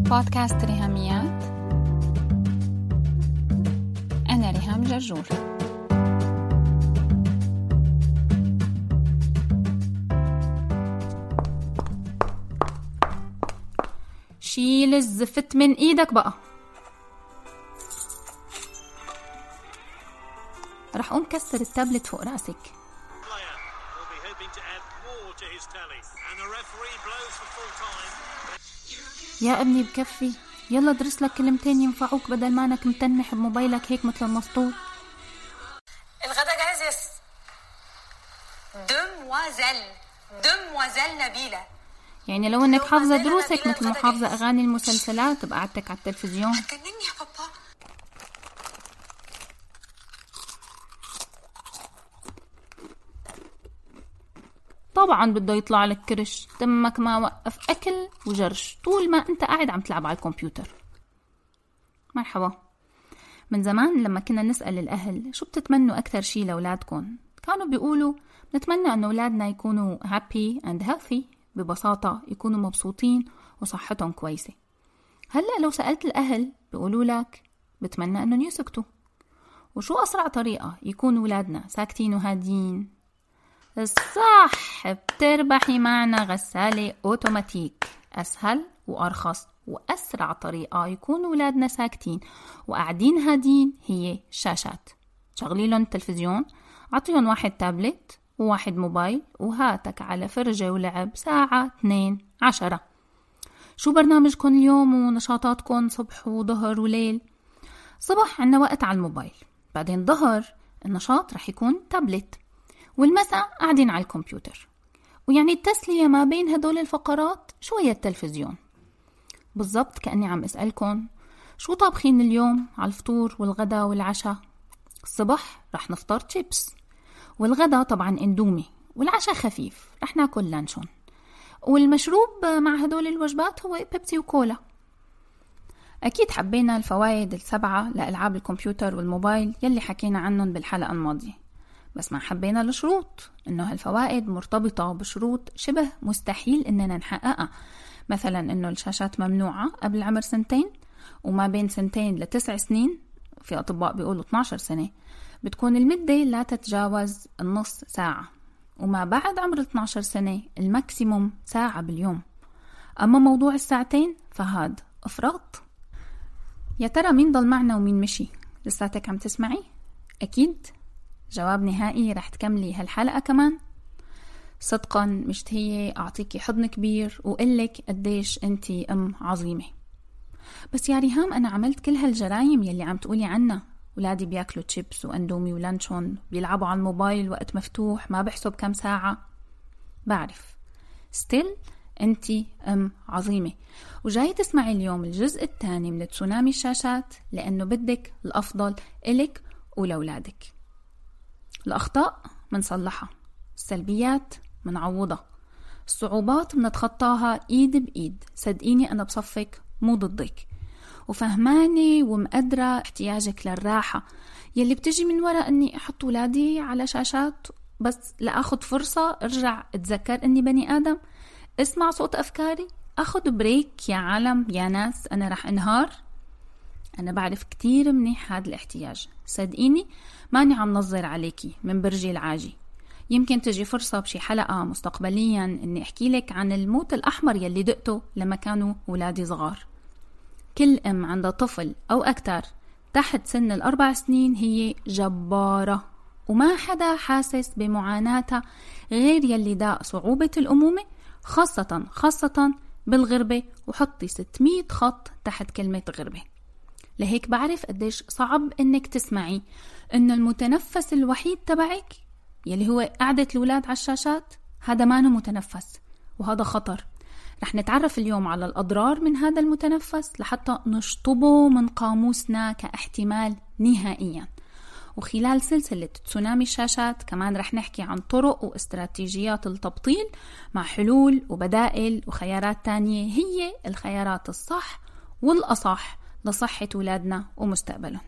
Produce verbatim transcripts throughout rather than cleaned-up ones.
بودكاست ريهاميات. أنا ريهام جرجور. شيل الزفت من إيدك بقى. رح أقوم كسر التابلت فوق راسك. يا ابني بكفي، يلا درس لك كلمتين ينفعوك بدل ما انك متنح بموبايلك هيك مثل المسطول. الغدا جاهز يس دموازل دموازل نبيلة. يعني لو انك حافظة دروسك مثل ما حافظة اغاني المسلسلات وبقعدتك على التلفزيون. هتجنني يا بابا. طبعا بده يطلع لك كرش، تمك ما وقف اكل وجرش طول ما انت قاعد عم تلعب على الكمبيوتر. مرحبا. من زمان لما كنا نسأل الاهل شو بتتمنوا اكثر شيء لاولادكم، كانوا بيقولوا نتمنى ان اولادنا يكونوا happy and healthy، ببساطة يكونوا مبسوطين وصحتهم كويسة. هلأ لو سألت الاهل بيقولوا لك بتمنى انهم يسكتوا. وشو اسرع طريقة يكونوا اولادنا ساكتين وهادين؟ الصح، بتربحي معنا غسالة أوتوماتيك. أسهل وأرخص وأسرع طريقة يكون أولادنا ساكتين وقاعدين هادين هي الشاشات. شغلي لهم التلفزيون، عطيهم واحد تابلت وواحد موبايل وهاتك على فرجة ولعب ساعة اثنين عشرة. شو برنامجكم اليوم ونشاطاتكم صبح وظهر وليل؟ صبح عنا وقت على الموبايل، بعدين ظهر النشاط رح يكون تابلت، والمساء قاعدين على الكمبيوتر. ويعني التسلية ما بين هدول الفقرات شوية التلفزيون. بالضبط كأني عم أسألكم شو طابخين اليوم على الفطور والغدا والعشاء. الصبح رح نفطر تشيبس، والغدا طبعا اندومي، والعشاء خفيف رح ناكل لانشون، والمشروب مع هدول الوجبات هو بيبسي وكولا. أكيد حبينا الفوائد السبعة لألعاب الكمبيوتر والموبايل يلي حكينا عنهم بالحلقة الماضية، بس ما حبينا الشروط، إنه هالفوائد مرتبطة بشروط شبه مستحيل إننا نحققها. مثلا إنه الشاشات ممنوعة قبل عمر سنتين، وما بين سنتين لتسع سنين، في أطباء بيقولوا اثناشر سنة، بتكون المدة لا تتجاوز النص ساعة، وما بعد عمر اثناشر سنة الماكسيموم ساعة باليوم. أما موضوع الساعتين فهاد إفراط. يا ترى مين ضل معنا ومين مشي؟ لساتك عم تسمعي؟ أكيد جواب نهائي رح تكملي هالحلقة كمان. صدقا مشتهية أعطيكي حضن كبير وقلك قديش أنتي أم عظيمة. بس يا ريهام، أنا عملت كل هالجرايم يلي عم تقولي عنها. ولادي بياكلوا تشيبس واندومي ولانشون، بيلعبوا على الموبايل وقت مفتوح ما بحسب كم ساعة. بعرف ستيل أنتي أم عظيمة، وجاي تسمعي اليوم الجزء الثاني من تسونامي الشاشات لأنه بدك الأفضل إلك ولولادك. الأخطاء منصلحها، السلبيات منعوضها، الصعوبات منتخطاها إيد بإيد. صدقيني أنا بصفك مو ضدك، وفهماني ومقدرة احتياجك للراحة يلي بتجي من وراء أني أحط ولادي على شاشات بس لأخذ فرصة أرجع أتذكر أني بني آدم، اسمع صوت أفكاري، أخذ بريك. يا عالم يا ناس، أنا رح انهار. أنا بعرف كتير منيح هذا الاحتياج، صدقيني ماني عم نظر عليكي من برجي العاجي. يمكن تجي فرصة بشي حلقة مستقبليا إني أحكي لك عن الموت الأحمر يلي دقته لما كانوا ولادي صغار. كل أم عندها طفل أو أكتر تحت سن الأربع سنين هي جبارة، وما حدا حاسس بمعاناتها غير يلي داق صعوبة الأمومة، خاصة خاصة بالغربة. وحطي ستمية خط تحت كلمة غربة. لهيك بعرف قديش صعب انك تسمعي ان المتنفس الوحيد تبعك يلي هو قعدة الولاد على الشاشات هذا ما نو متنفس، وهذا خطر. رح نتعرف اليوم على الأضرار من هذا المتنفس لحتى نشطبه من قاموسنا كاحتمال نهائيا. وخلال سلسلة تسونامي الشاشات كمان رح نحكي عن طرق واستراتيجيات التبطيل مع حلول وبدائل وخيارات تانية هي الخيارات الصح والأصح لصحة ولادنا ومستقبلهم.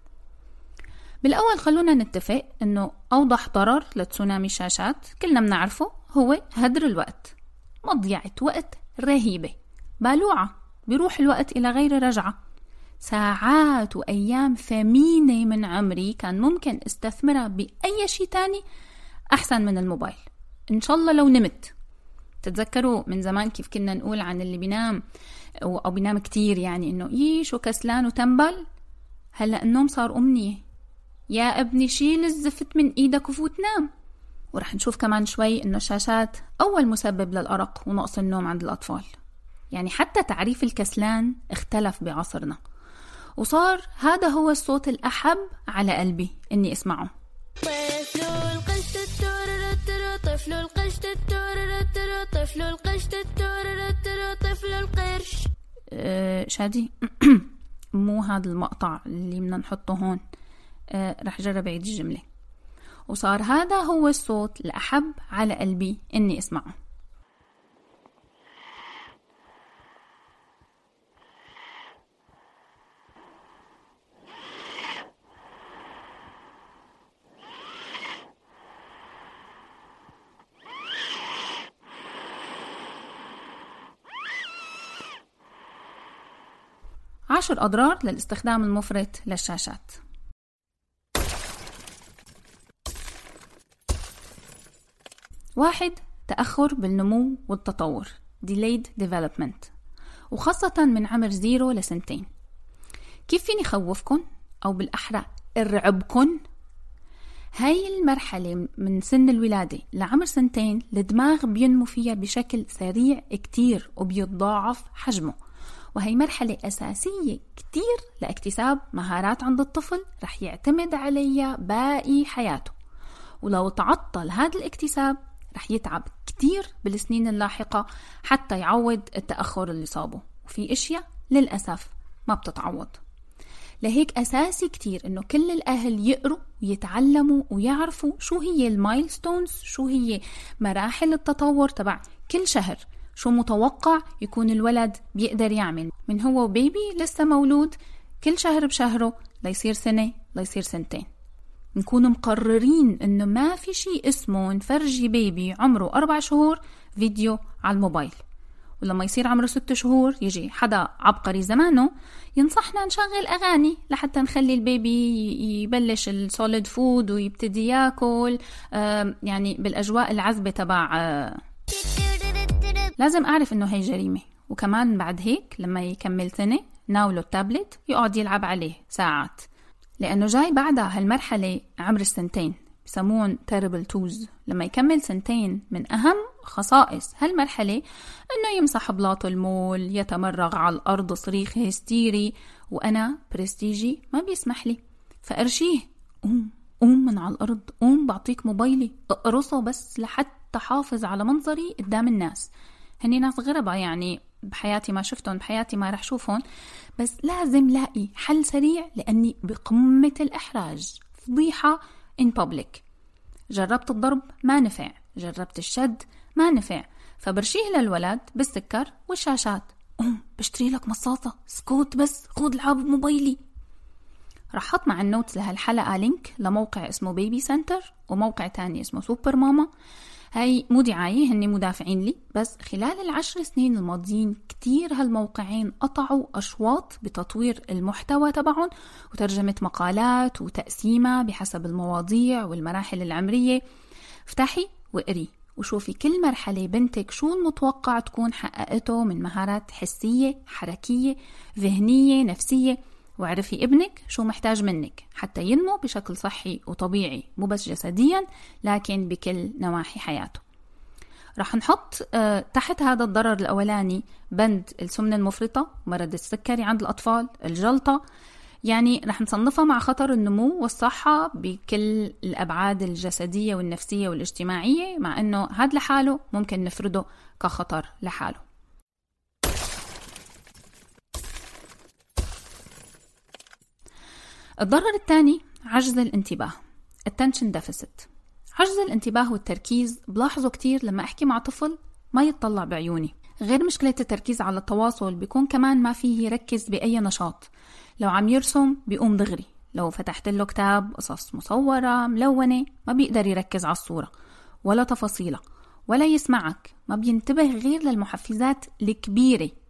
بالأول خلونا نتفق أنه أوضح ضرر لتسونامي الشاشات كلنا منعرفه هو هدر الوقت، مضيعة وقت رهيبة بالوعة بيروح الوقت إلى غير رجعة. ساعات وأيام ثمينة من عمري كان ممكن استثمرها بأي شيء تاني أحسن من الموبايل. إن شاء الله لو نمت. تتذكروا من زمان كيف كنا نقول عن اللي بينام أو بينام كتير، يعني إنه إيش وكسلان وتنبل. هلأ النوم صار أمنية. يا ابني شيل الزفت من إيدك وفوت نام. ورح نشوف كمان شوي إنه الشاشات أول مسبب للأرق ونقص النوم عند الأطفال. يعني حتى تعريف الكسلان اختلف بعصرنا، وصار هذا هو الصوت الأحب على قلبي إني أسمعه. طفل القشط التورر طفل القشط التورر طفل القشط التورر طفل القرش. أه شادي مو هذا المقطع اللي بدنا نحطه هون. أه رح جرب أعيد الجملة. وصار هذا هو الصوت الأحب على قلبي إني أسمعه. عشر أضرار للاستخدام المفرط للشاشات. واحد، تأخر بالنمو والتطور delayed development، وخاصة من عمر زيرو لسنتين. كيف فيني خوفكن أو بالأحرى ارعبكن؟ هاي المرحلة من سن الولادة لعمر سنتين الدماغ بينمو فيها بشكل سريع كتير وبيتضاعف حجمه، وهي مرحلة أساسية كتير لاكتساب مهارات عند الطفل رح يعتمد عليها باقي حياته. ولو تعطل هذا الاكتساب رح يتعب كتير بالسنين اللاحقة حتى يعوض التأخر اللي صابه، وفي اشياء للأسف ما بتتعوض. لهيك أساسي كتير إنه كل الأهل يقروا ويتعلموا ويعرفوا شو هي المايلستونز، شو هي مراحل التطور تبع كل شهر، شو متوقع يكون الولد بيقدر يعمل من هو بيبي لسه مولود كل شهر بشهره ليصير سنة ليصير سنتين. نكون مقررين إنه ما في شيء اسمه نفرجي بيبي عمره أربع شهور فيديو على الموبايل، ولما يصير عمره ست شهور يجي حدا عبقري زمانه ينصحنا نشغل أغاني لحتى نخلي البيبي يبلش السوليد فود ويبتدي ياكل يعني بالأجواء العذبة تبع. لازم أعرف إنه هي جريمة، وكمان بعد هيك لما يكمل سنة ناوله التابلت يقعد يلعب عليه ساعات، لأنه جاي بعدها هالمرحلة عمر السنتين بسمون terrible twos. لما يكمل سنتين من أهم خصائص هالمرحلة إنه يمسح بلاط المول، يتمرغ على الأرض صريخ هستيري، وأنا برستيجي ما بيسمح لي، فأرشيه قوم قوم من على الأرض، قوم بعطيك موبايلي اقرصه بس لحتى حافظ على منظري قدام الناس. هني ناس غربة يعني بحياتي ما شفتهم، بحياتي ما رح شوفهم، بس لازم لاقي حل سريع لأني بقمة الإحراج، فضيحة in public. جربت الضرب ما نفع، جربت الشد ما نفع، فبرشيه للولد بالسكر والشاشات. قوم بشتري لك مصاصة، سكوت بس، خود العاب بموبايلي. رح حط مع النوتس لهالحلقة لينك لموقع اسمه بيبي سنتر وموقع تاني اسمه سوبر ماما. هاي مو دعاية، هني مدافعين لي، بس خلال العشر سنين الماضيين كتير هالموقعين قطعوا أشواط بتطوير المحتوى تبعهم وترجمة مقالات وتقسيمها بحسب المواضيع والمراحل العمرية. افتحي وقري وشوفي كل مرحلة بنتك شو المتوقع تكون حققته من مهارات حسية، حركية، ذهنية، نفسية، وعرفي ابنك شو محتاج منك حتى ينمو بشكل صحي وطبيعي، مو بس جسديا لكن بكل نواحي حياته. رح نحط اه تحت هذا الضرر الأولاني بند السمنة المفرطة، مرض السكري عند الأطفال، الجلطة، يعني رح نصنفها مع خطر النمو والصحة بكل الأبعاد الجسدية والنفسية والاجتماعية، مع أنه هذا لحاله ممكن نفرده كخطر لحاله. الضرر الثاني عجز الانتباه attention deficit. عجز الانتباه والتركيز بلاحظه كتير لما أحكي مع طفل ما يتطلع بعيوني. غير مشكلة التركيز على التواصل، بيكون كمان ما فيه يركز بأي نشاط. لو عم يرسم بيقوم دغري، لو فتحت له كتاب قصص مصورة ملونة ما بيقدر يركز على الصورة ولا تفاصيلها ولا يسمعك، ما بينتبه غير للمحفزات الكبيرة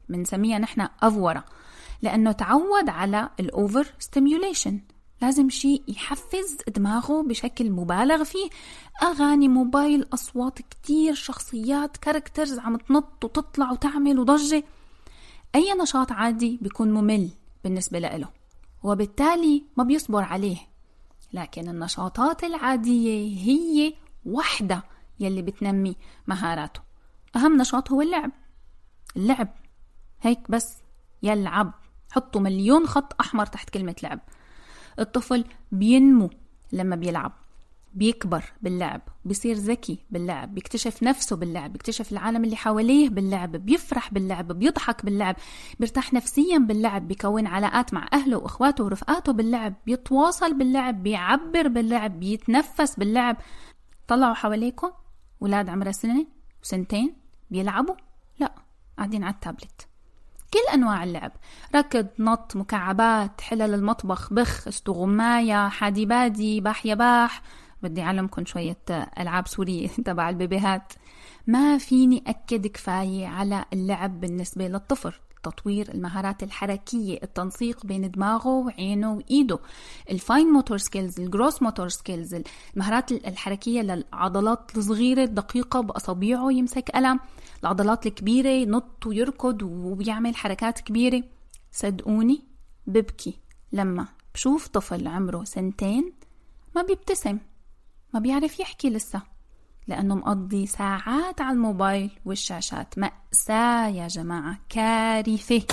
بنسميها نحن أفورة، لأنه تعود على الأوفر ستيميوليشن. لازم شيء يحفز دماغه بشكل مبالغ فيه، أغاني، موبايل، أصوات كتير، شخصيات، كاركترز عم تنط وتطلع وتعمل وضجة. أي نشاط عادي بيكون ممل بالنسبة له، وبالتالي ما بيصبر عليه. لكن النشاطات العادية هي وحدة يلي بتنمي مهاراته. أهم نشاط هو اللعب. اللعب هيك بس، يلعب. حطوا مليون خط أحمر تحت كلمة لعب. الطفل بينمو لما بيلعب، بيكبر باللعب، بيصير ذكي باللعب، بيكتشف نفسه باللعب، بيكتشف العالم اللي حواليه باللعب، بيفرح باللعب، بيضحك باللعب، بيرتاح نفسيا باللعب، بيكون علاقات مع أهله وإخواته ورفقاته باللعب، بيتواصل باللعب، بيعبر باللعب، بيتنفس باللعب. طلعوا حواليكم ولاد عمره سنة وسنتين بيلعبوا؟ لا، قاعدين على التابلت. كل أنواع اللعب، ركض، نط، مكعبات، حلل المطبخ، بخ، استغماية، حادي بادي، باح يباح. بدي أعلمكم شوية ألعاب سورية تبع البيبيهات. ما فيني أكد كفاية على اللعب بالنسبة للطفل. تطوير المهارات الحركية، التنسيق بين دماغه وعينه وإيده، الفاين موتور سكيلز، الجروس موتور سكيلز، المهارات الحركية للعضلات الصغيرة الدقيقة بأصابيعه يمسك قلم، العضلات الكبيرة ينط ويركض وبيعمل حركات كبيرة. صدقوني ببكي لما بشوف طفل عمره سنتين ما بيبتسم، ما بيعرف يحكي لسه، لأنه مقضي ساعات على الموبايل والشاشات. مأساة يا جماعة، كارثة.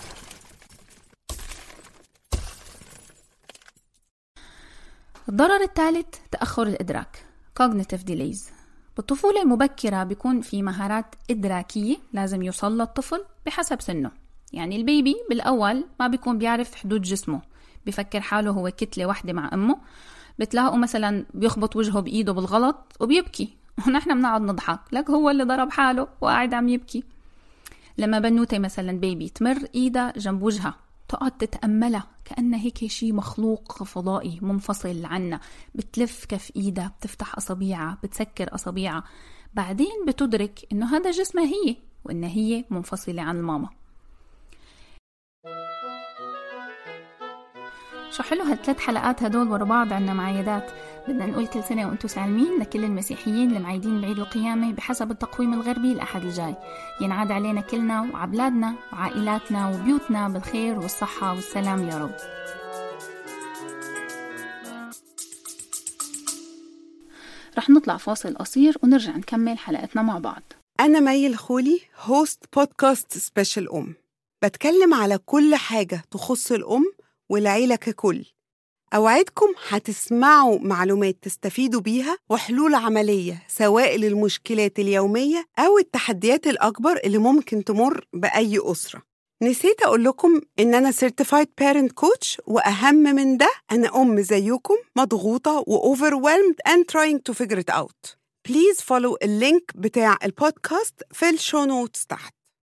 الضرر الثالث تأخر الإدراك، cognitive delays. بالطفولة المبكرة بيكون في مهارات إدراكية لازم يوصل للطفل بحسب سنه. يعني البيبي بالأول ما بيكون بيعرف حدود جسمه، بيفكر حاله هو كتلة واحدة مع أمه. بتلاقوا مثلا بيخبط وجهه بإيده بالغلط وبيبكي، ونحن بنقعد نضحك لك هو اللي ضرب حاله وقاعد عم يبكي. لما بنوتة مثلا بيبي تمر إيدها جنب وجهها، تقعد تتأملها كأنها هيك شيء مخلوق فضائي منفصل عنا. بتلف كف إيدها، بتفتح أصابيعها، بتسكر أصابيعها. بعدين بتدرك إنه هذا جسمها هي، وإن هي منفصلة عن الماما. شو حلو هالثلاث حلقات هدول ورا بعض عنا معايدات. بدنا نقول كل سنة وانتم سالمين لكل المسيحيين اللي معيدين بعيد القيامة بحسب التقويم الغربي الأحد الجاي. ينعاد علينا كلنا وعبلادنا وعائلاتنا وبيوتنا بالخير والصحة والسلام يا رب. رح نطلع فاصل قصير ونرجع نكمل حلقتنا مع بعض. أنا مي الخولي، هوست بودكاست سبيشال أم. بتكلم على كل حاجة تخص الأم والعيلة ككل. أوعدكم هتسمعوا معلومات تستفيدوا بيها وحلول عملية، سواء للمشكلات اليومية أو التحديات الأكبر اللي ممكن تمر بأي أسرة. نسيت أقول لكم إن أنا Certified Parent Coach، وأهم من ده أنا أم زيكم مضغوطة و overwhelmed and trying to figure it out. Please follow اللينك بتاع البودكاست في الشو نوتس تحت.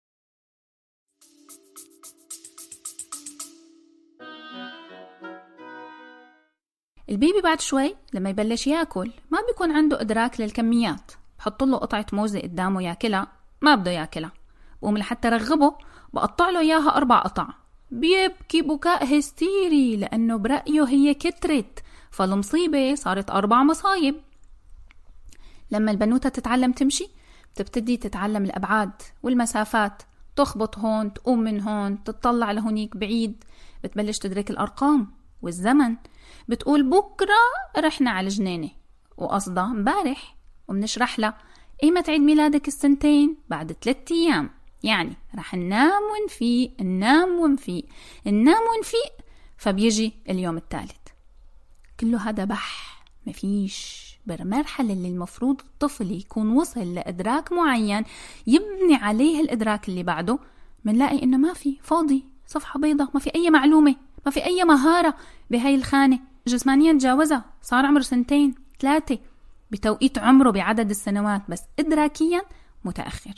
البيبي بعد شوي لما يبلش ياكل ما بيكون عنده إدراك للكميات. بحط له قطعة موزة قدامه ياكلها، ما بده ياكلها. بقوم لحتى رغبه بقطع له إياها أربع قطع، بيبكي بكاء هستيري لأنه برأيه هي كترت، فالمصيبة صارت أربع مصايب. لما البنوتة تتعلم تمشي بتبتدي تتعلم الأبعاد والمسافات، تخبط هون، تقوم من هون، تطلع لهونيك بعيد، بتبلش تدرك الأرقام والزمن. بتقول بكرة رحنا على الجنينة، وقصدها مبارح. ومنشرح لها ايمة عيد ميلادك السنتين؟ بعد ثلاثة ايام. يعني رح ننام ونفيق، ننام ونفيق، ننام ونفيق، فبيجي اليوم الثالث. كله هذا بح، مفيش بالمرحلة اللي المفروض الطفل يكون وصل لإدراك معين يبني عليه الإدراك اللي بعده. منلاقي إنه ما في، فاضي، صفحة بيضة، ما في أي معلومة، ما في أي مهارة بهاي الخانة. جسمانيا تجاوزها، صار عمره سنتين ثلاثة بتوقيت عمره بعدد السنوات، بس إدراكيا متأخر.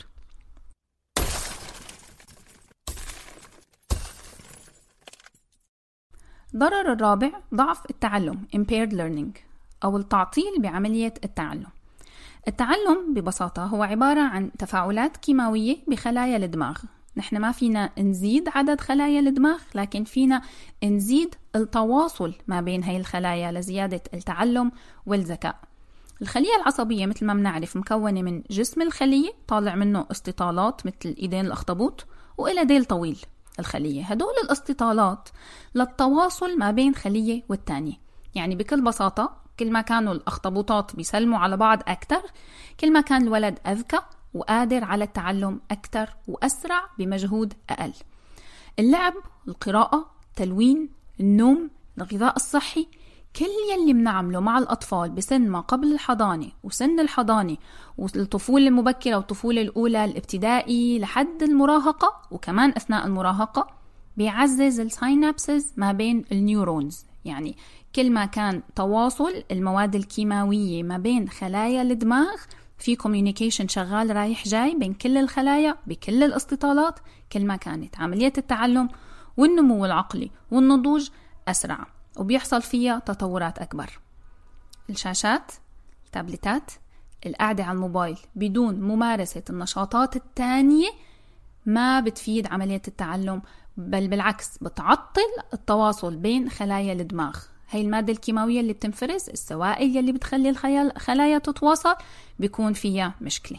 ضرر الرابع ضعف التعلم impaired learning أو التعطيل بعملية التعلم. التعلم ببساطة هو عبارة عن تفاعلات كيماوية بخلايا الدماغ. نحن ما فينا نزيد عدد خلايا الدماغ، لكن فينا نزيد التواصل ما بين هاي الخلايا لزيادة التعلم والذكاء. الخلية العصبية مثل ما بنعرف مكونة من جسم الخلية طالع منه استطالات مثل إيدين الأخطبوط، وإلى ديل طويل الخلية. هدول الاستطالات للتواصل ما بين خلية والتانية. يعني بكل بساطة كل ما كانوا الأخطبوطات بيسلموا على بعض أكتر، كل ما كان الولد أذكى وقادر على التعلم أكتر وأسرع بمجهود أقل. اللعب، القراءة، التلوين، النوم، الغذاء الصحي، كل يلي بنعمله مع الأطفال بسن ما قبل الحضانة وسن الحضانة والطفولة المبكرة والطفولة الأولى الابتدائي لحد المراهقة وكمان أثناء المراهقة بيعزز الساينابسز ما بين النيورونز. يعني كل ما كان تواصل المواد الكيماوية ما بين خلايا الدماغ، في communication شغال رايح جاي بين كل الخلايا بكل الاستطالات، كل ما كانت عملية التعلم والنمو العقلي والنضوج أسرع وبيحصل فيها تطورات أكبر. الشاشات، التابلتات، القعدة على الموبايل بدون ممارسة النشاطات التانية ما بتفيد عملية التعلم، بل بالعكس بتعطل التواصل بين خلايا الدماغ. هاي المادة الكيماوية اللي بتنفرز، السوائل اللي بتخلي الخلايا تتواصل، بيكون فيها مشكلة.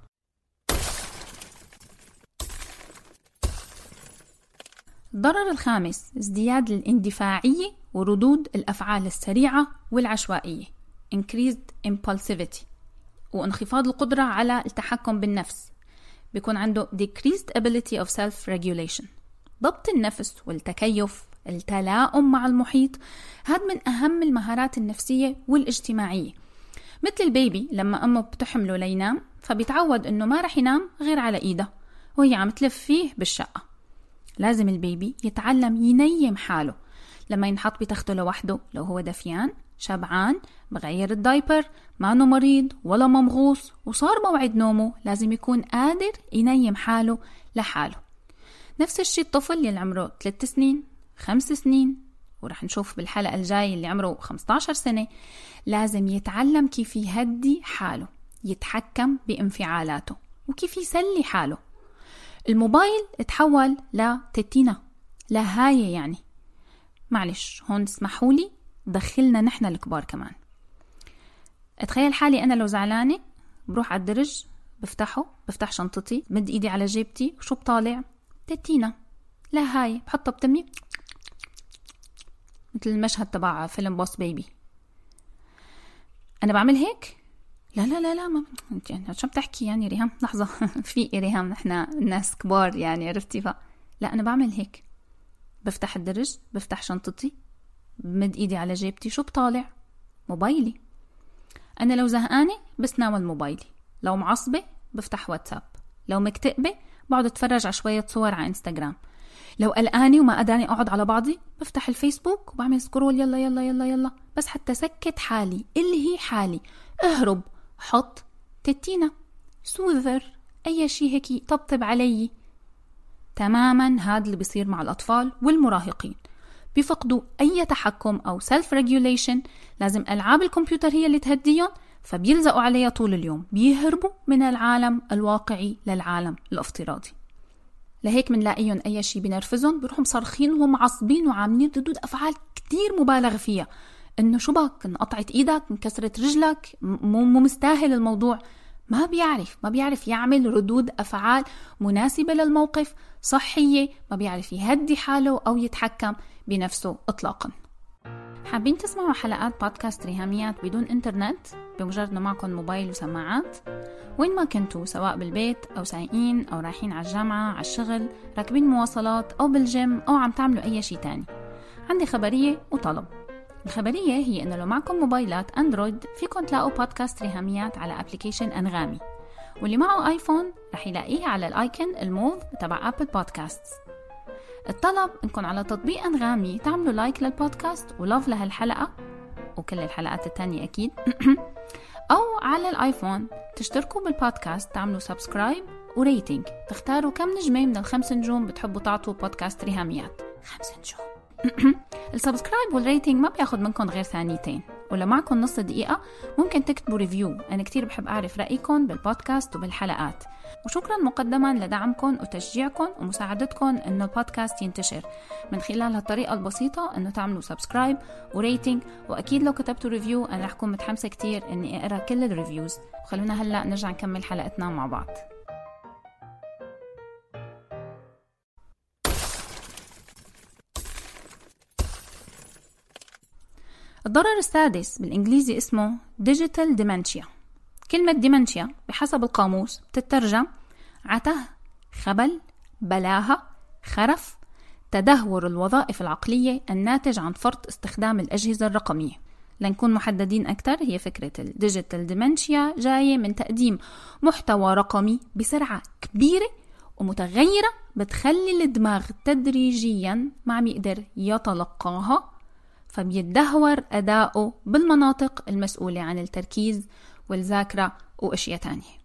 الضرر الخامس ازدياد الاندفاعية وردود الأفعال السريعة والعشوائية increased impulsivity، وانخفاض القدرة على التحكم بالنفس. بيكون عنده decreased ability of self-regulation. ضبط النفس والتكيف، التلاؤم مع المحيط، هذا من أهم المهارات النفسية والاجتماعية. مثل البيبي لما أمه بتحمله لينام فبيتعود أنه ما رح ينام غير على إيده وهي عم تلف فيه بالشقة. لازم البيبي يتعلم ينيم حاله لما ينحط بتخته لوحده، لو هو دفيان شبعان بغير الدايبر، ما انه مريض ولا ممغوص وصار موعد نومه، لازم يكون قادر ينيم حاله لحاله. نفس الشيء الطفل يلي عمره ثلاث سنين خمس سنين، ورح نشوف بالحلقة الجاي اللي عمره خمسة عشر سنة، لازم يتعلم كيف يهدي حاله، يتحكم بانفعالاته، وكيف يسلي حاله. الموبايل اتحول لتتينة لهاية. يعني معلش هون اسمحوا لي دخلنا نحن الكبار كمان. اتخيل حالي أنا لو زعلانة بروح على الدرج، بفتحه، بفتح شنطتي، مد إيدي على جيبتي، وشو بطالع؟ تتينة لهاية، بحطها بتمي مثل المشهد تبع فيلم بوس بيبي. أنا بعمل هيك؟ لا لا لا لا ما يعني شو بتحكي يعني ريهام؟ لحظة في ريهام نحنا الناس كبار يعني عرفتي. ف لا أنا بعمل هيك، بفتح الدرج، بفتح شنطتي، بمد إيدي على جيبتي، شو بطالع؟ موبايلي. أنا لو زهقانة بسناول موبايلي، لو معصبة بفتح واتساب، لو مكتئبة بقعد اتفرج على شوية صور على انستغرام، لو قلقانة وما قادراني اقعد على بعضي بفتح الفيسبوك وبعمل سكرول، يلا يلا يلا يلا بس حتى سكت حالي اللي هي حالي. اهرب، حط تتينة، سوذر، اي شيء هيك طبطب علي. تماما هذا اللي بيصير مع الاطفال والمراهقين، بيفقدوا اي تحكم او سيلف ريجوليشن. لازم العاب الكمبيوتر هي اللي تهديهم، فبيلزقوا عليها طول اليوم، بيهربوا من العالم الواقعي للعالم الافتراضي. لهيك منلاقيهم اي شيء بنرفزهم بيروحوا مصرخين وهم عصبين وعاملين ردود افعال كتير مبالغ فيها، انه شو بك، انقطعت ايدك، انكسرت رجلك، مو مو مستاهل الموضوع. ما بيعرف ما بيعرف يعمل ردود افعال مناسبة للموقف، صحية، ما بيعرف يهدي حاله او يتحكم بنفسه اطلاقا. حابين تسمعوا حلقات بودكاست ريهاميات بدون انترنت بمجرد انه معكم موبايل وسماعات وين ما كنتوا، سواء بالبيت او سايقين او رايحين على الجامعة، على الشغل، راكبين مواصلات او بالجيم او عم تعملوا اي شيء تاني؟ عندي خبرية وطلب. الخبرية هي انه لو معكم موبايلات اندرويد فيكم تلاقوا بودكاست ريهاميات على ابليكيشن انغامي، واللي معه ايفون رح يلاقيه على الايكون الموف تبع ابل بودكاست. الطلب انكم على تطبيق انغامي تعملوا لايك للبودكاست ولوف لهالحلقة وكل الحلقات التانية اكيد او على الايفون تشتركوا بالبودكاست، تعملوا سبسكرايب وريتنج، تختاروا كم نجمة من الخمس نجوم بتحبوا تعطوا بودكاست ريهاميات. خمس نجوم. السبسكرايب والريتنج ما بياخد منكم غير ثانيتين، ولا معكم نص دقيقة ممكن تكتبوا ريفيو. أنا كتير بحب أعرف رأيكم بالبودكاست وبالحلقات. وشكرا مقدما لدعمكم وتشجيعكم ومساعدتكم إنه البودكاست ينتشر من خلال هالطريقة البسيطة، إنه تعملوا سبسكرايب وريتينج. وأكيد لو كتبتوا ريفيو أنا رح أكون متحمسة كتير إني أقرأ كل الريفيوز. وخلونا هلأ نرجع نكمل حلقتنا مع بعض. الضرر السادس بالإنجليزي اسمه Digital Dementia. كلمة dementia بحسب القاموس بتترجم عته، خبل، بلاهة، خرف، تدهور الوظائف العقلية الناتج عن فرط استخدام الأجهزة الرقمية. لنكون محددين أكتر، هي فكرة الديجيتال ديمنشيا جاية من تقديم محتوى رقمي بسرعة كبيرة ومتغيرة بتخلي الدماغ تدريجيا ما عم يقدر يتلقاها، فبيتدهور أداؤه بالمناطق المسؤولة عن التركيز والذاكرة وأشياء تانية.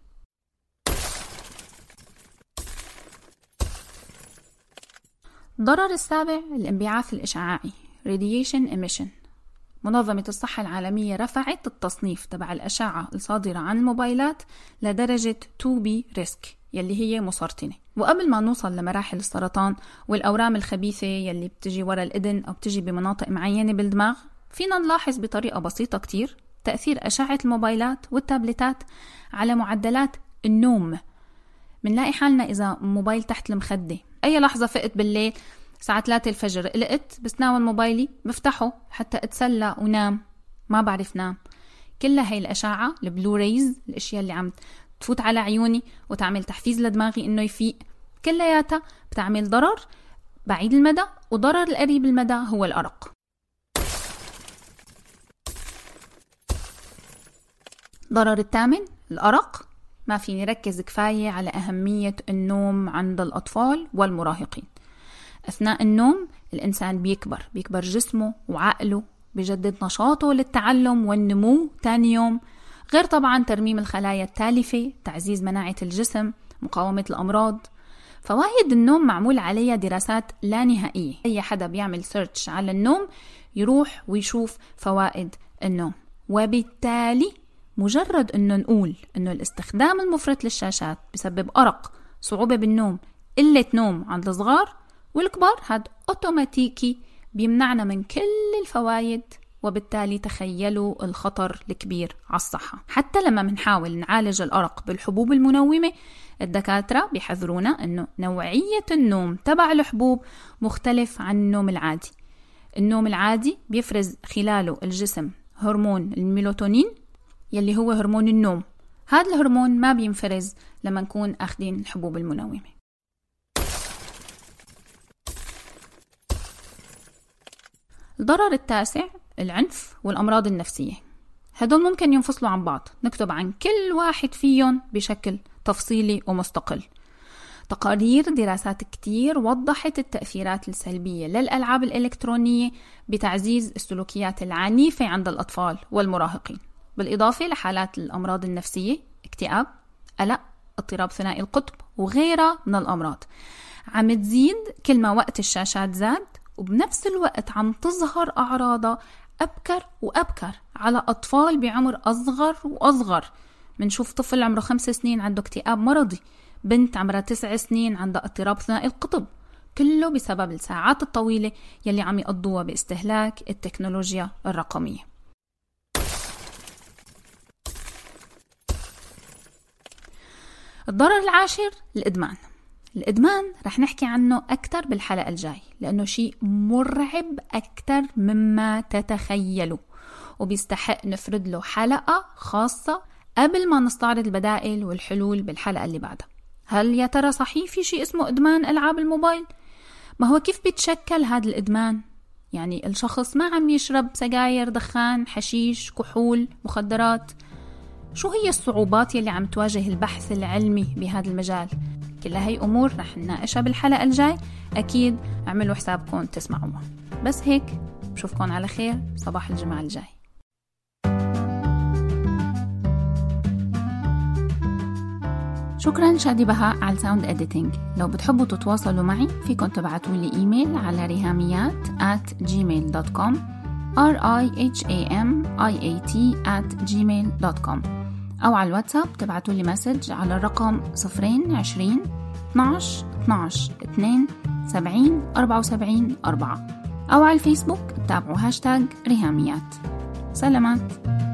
الضرر السابع الانبعاث الإشعاعي radiation emission. منظمة الصحة العالمية رفعت التصنيف تبع الأشعة الصادرة عن الموبايلات لدرجة تو بي ريسك يلي هي مسرطنة. وقبل ما نوصل لمراحل السرطان والأورام الخبيثة يلي بتجي وراء الإذن أو بتجي بمناطق معينة بالدماغ، فينا نلاحظ بطريقة بسيطة كتير تأثير أشعة الموبايلات والتابلتات على معدلات النوم. منلاقي حالنا إذا موبايل تحت المخدة، أي لحظة فقت بالليل الساعة ثلاثة الفجر قلقت بسناول موبايلي بفتحه حتى أتسلى ونام، ما بعرف نام. كلها هاي الأشعة البلوريز، الأشياء اللي عم تفوت على عيوني وتعمل تحفيز لدماغي إنه يفيق، كلياتها بتعمل ضرر بعيد المدى، وضرر القريب المدى هو الأرق. ضرر الثامن الأرق. ما فيني ركز كفاية على أهمية النوم عند الأطفال والمراهقين. أثناء النوم الإنسان بيكبر بيكبر جسمه وعقله، بيجدد نشاطه للتعلم والنمو تاني يوم، غير طبعا ترميم الخلايا التالفة، تعزيز مناعة الجسم، مقاومة الأمراض. فوائد النوم معمول عليها دراسات لا نهائية. أي حدا بيعمل سيرش على النوم يروح ويشوف فوائد النوم. وبالتالي مجرد أنه نقول أنه الاستخدام المفرط للشاشات بسبب أرق، صعوبة بالنوم، قلة نوم عند الصغار والكبار، هذا أوتوماتيكي بيمنعنا من كل الفوائد، وبالتالي تخيلوا الخطر الكبير على الصحة. حتى لما منحاول نعالج الأرق بالحبوب المنومة، الدكاترة بيحذرونا أنه نوعية النوم تبع الحبوب مختلف عن النوم العادي. النوم العادي بيفرز خلاله الجسم هرمون الميلاتونين يلي هو هرمون النوم. هذا الهرمون ما بينفرز لما نكون أخدين الحبوب المنومة. الضرر التاسع العنف والأمراض النفسية. هدول ممكن ينفصلوا عن بعض، نكتب عن كل واحد فيهم بشكل تفصيلي ومستقل. تقارير دراسات كتير وضحت التأثيرات السلبية للألعاب الإلكترونية بتعزيز السلوكيات العنيفة عند الأطفال والمراهقين، بالإضافة لحالات الأمراض النفسية، اكتئاب، قلق، اضطراب ثنائي القطب وغيرها من الأمراض. عم تزيد كل ما وقت الشاشات زاد، وبنفس الوقت عم تظهر أعراضها أبكر وأبكر على أطفال بعمر أصغر وأصغر. منشوف طفل عمره خمس سنين عنده اكتئاب مرضي، بنت عمرها تسع سنين عندها اضطراب ثنائي القطب، كله بسبب الساعات الطويلة يلي عم يقضوها باستهلاك التكنولوجيا الرقمية. الضرر العاشر الإدمان. الإدمان رح نحكي عنه أكتر بالحلقة الجاي، لأنه شيء مرعب أكتر مما تتخيلوا، وبيستحق نفرد له حلقة خاصة قبل ما نستعرض البدائل والحلول بالحلقة اللي بعدها. هل يا ترى صحيح في شيء اسمه إدمان ألعاب الموبايل؟ ما هو كيف بيتشكل هذا الإدمان؟ يعني الشخص ما عم يشرب سجاير، دخان، حشيش، كحول، مخدرات. شو هي الصعوبات يلي عم تواجه البحث العلمي بهذا المجال؟ كل هاي أمور رح نناقشها بالحلقة الجاي، أكيد اعملوا حسابكم تسمعوها. بس هيك بشوفكم على خير صباح الجمعة الجاي. شكرا شادي بهاء على الساوند إديتينج. لو بتحبوا تتواصلوا معي فيكم تبعتوا لي إيميل على ريهاميات آت جيميل دوت كوم، r i h a m i a t at gmail dot com، أو على الواتساب تبعتوا لي مسج على الرقم صفرين عشرين اثناش اثناش اثنين سبعين أربعة وسبعين أربعة، أو على الفيسبوك تابعوا هاشتاج ريهاميات. سلامات.